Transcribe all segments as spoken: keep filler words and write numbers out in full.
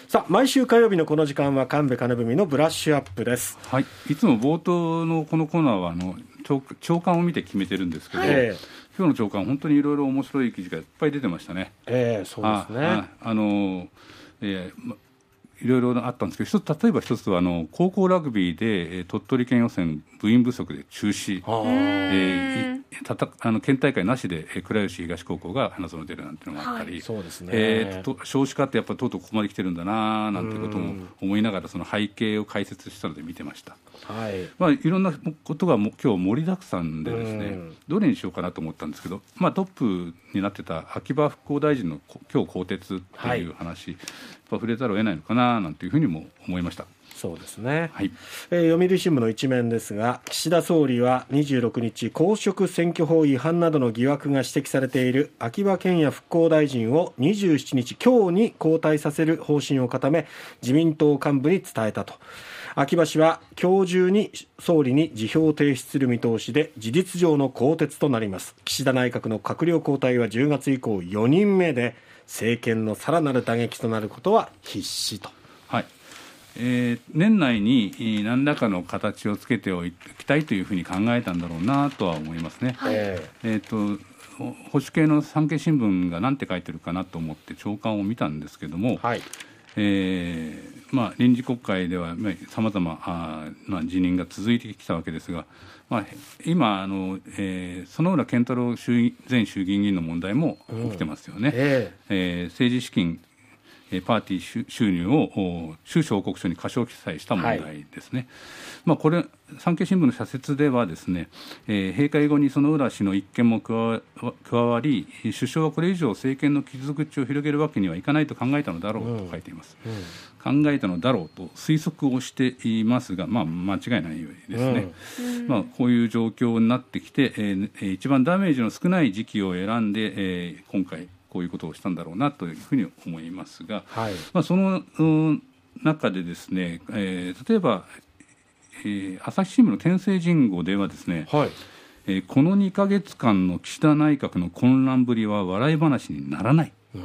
さあ毎週火曜日のこの時間は神戸金文のブラッシュアップです。 はい、いつも冒頭のこのコーナーはあの 長, 長官を見て決めてるんですけど、はい、今日の長官本当にいろいろ面白い記事がいっぱい出てましたね。 えー、そうですね。 あああの、えーまいろいろあったんですけど、一つ例えば一つはあの高校ラグビーで鳥取県予選部員不足で中止、えー、たたあの県大会なしで倉吉東高校が花園出るなんていうのがあったり、はい、 そうですね、 えー、と少子化ってやっぱりとうとうここまで来てるんだななんていうことも思いながらその背景を解説したので見てました。 はい、 まあ、いろんなことがも今日盛りだくさんでですね、どれにしようかなと思ったんですけど、まあ、トップになってた秋葉復興大臣の今日更迭っていう話、はい、触れざるを得ないのかななんていうふうにも思いました。 そうですね、 はい。 えー、読売新聞の一面ですが、岸田総理はにじゅうろくにち公職選挙法違反などの疑惑が指摘されている秋葉賢也復興大臣をにじゅうしちにち今日に交代させる方針を固め自民党幹部に伝えたと。秋葉氏は今日中に総理に辞表を提出する見通しで事実上の更迭となります。岸田内閣の閣僚交代はじゅうがつ以降よにんめで政権のさらなる打撃となることは必至と。 はい。えー、年内に何らかの形をつけておきたいというふうに考えたんだろうなとは思いますね。はい、えー、と保守系の産経新聞が何て書いてるかなと思って朝刊を見たんですけども、はい、えーまあ、臨時国会ではさまざまな辞任が続いてきたわけですが、まあ、今あの、えー、薗浦健太郎衆前衆議院議員の問題も起きてますよね。うんえーえー、政治資金パーティー収入を収支報告書に過少記載した問題ですね。はい、まあ、これ産経新聞の社説ではですね、えー、閉会後に薗浦氏の一件も加 わ, 加わり首相はこれ以上政権の傷口を広げるわけにはいかないと考えたのだろうと書いています。うんうん、考えたのだろうと推測をしていますが、まあ、間違いないようですね。うんまあ、こういう状況になってきて、えー、一番ダメージの少ない時期を選んで、えー、今回こういうことをしたんだろうなというふうに思いますが、はい、まあ、その、うん、中でですね、えー、例えば、えー、朝日新聞の天聖人語ではですね、はい、えー、このにかげつかんの岸田内閣の混乱ぶりは笑い話にならない、うん、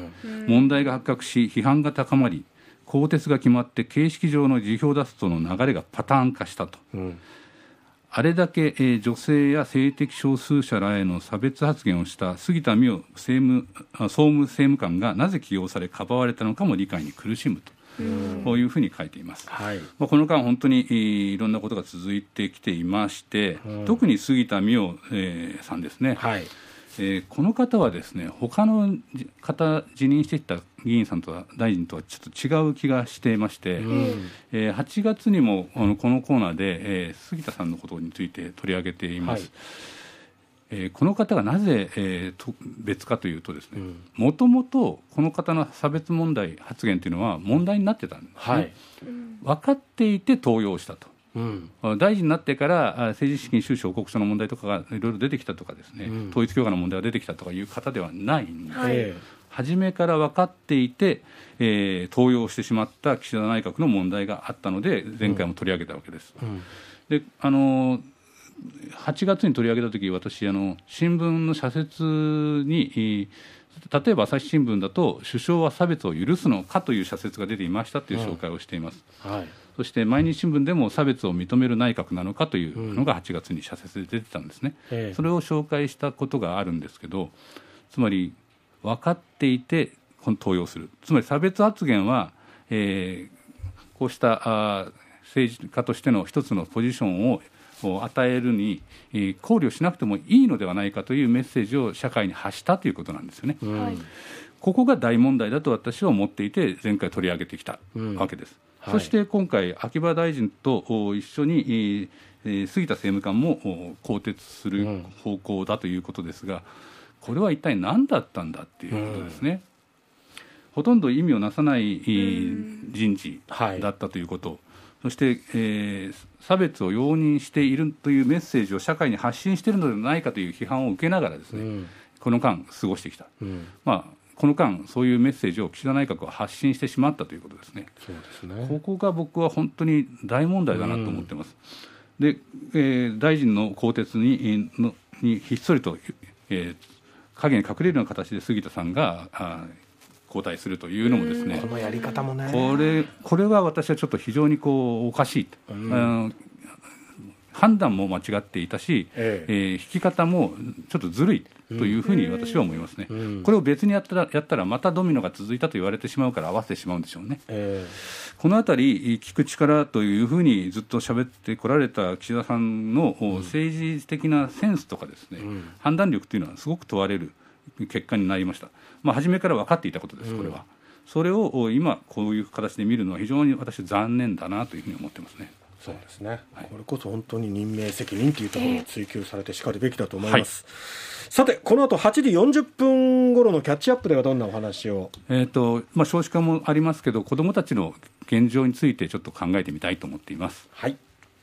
問題が発覚し批判が高まり更迭が決まって形式上の辞表を出すとの流れがパターン化したと、うん、あれだけ、えー、女性や性的少数者らへの差別発言をした杉田水脈政務総務政務官がなぜ起用されかばわれたのかも理解に苦しむと、こういうふうに書いています。はい、まあ、この間本当にいろんなことが続いてきていまして、うん、特に杉田水脈、えー、さんですね、はい、えー、この方はですね他の方辞任してきた議員さんとは大臣とはちょっと違う気がしていまして、うん、えー、はちがつにもこの、このコーナーで、えー、杉田さんのことについて取り上げています。はい、えー、この方がなぜ、えー、と別かというとですね、もともとこの方の差別問題発言というのは問題になってたんですね。はい、分かっていて登用したと。うん、大臣になってから政治資金収支報告書の問題とかがいろいろ出てきたとかですね、うん、統一教会の問題が出てきたとかいう方ではないんで、はい、初めから分かっていて、えー、登用してしまった岸田内閣の問題があったので前回も取り上げたわけです。うん、であのはちがつに取り上げたとき私あの新聞の社説に例えば朝日新聞だと首相は差別を許すのかという社説が出ていましたという紹介をしています。うん、はい、そして毎日新聞でも差別を認める内閣なのかというのがはちがつに社説で出てたんですね。うん、それを紹介したことがあるんですけど、つまり分かっていて登用する、つまり差別発言は、えー、こうしたあ政治家としての一つのポジションを与えるに考慮しなくてもいいのではないかというメッセージを社会に発したということなんですよね。うん、ここが大問題だと私は思っていて前回取り上げてきたわけです。うん、はい、そして今回秋葉大臣と一緒に、えー、杉田政務官も更迭する方向だということですが、これは一体何だったんだっていうことですね。うん、ほとんど意味をなさない人事だったということ、はい、そして、えー、差別を容認しているというメッセージを社会に発信しているのではないかという批判を受けながらですね、うん、この間過ごしてきた。うん、まあこの間そういうメッセージを岸田内閣は発信してしまったということですね。そうですね。ここが僕は本当に大問題だなと思っています。うん、で、えー、大臣の更迭にのにひっそりと、えー、影に隠れるような形で杉田さんがあ交代するというのもですね、 このやり方もね、 これ、これは私はちょっと非常にこうおかしいと、うん、あの判断も間違っていたし、えええー、引き方もちょっとずるいというふうに私は思いますね、うん、これを別にやったら、やったらまたドミノが続いたと言われてしまうから合わせてしまうんでしょうね、えー、このあたり聞く力というふうにずっと喋ってこられた岸田さんの政治的なセンスとかですね、うん、判断力というのはすごく問われる結果になりました。まあ、初めから分かっていたことです、これは、うん、それを今こういう形で見るのは非常に私残念だなというふうに思ってますね。 そうですね、はい、これこそ本当に任命責任というところを追及されてしかるべきだと思います、はい、さてこの後はちじよんじゅっぷん頃のキャッチアップではどんなお話を、 えーとまあ、少子化もありますけど子どもたちの現状についてちょっと考えてみたいと思っています。 はい。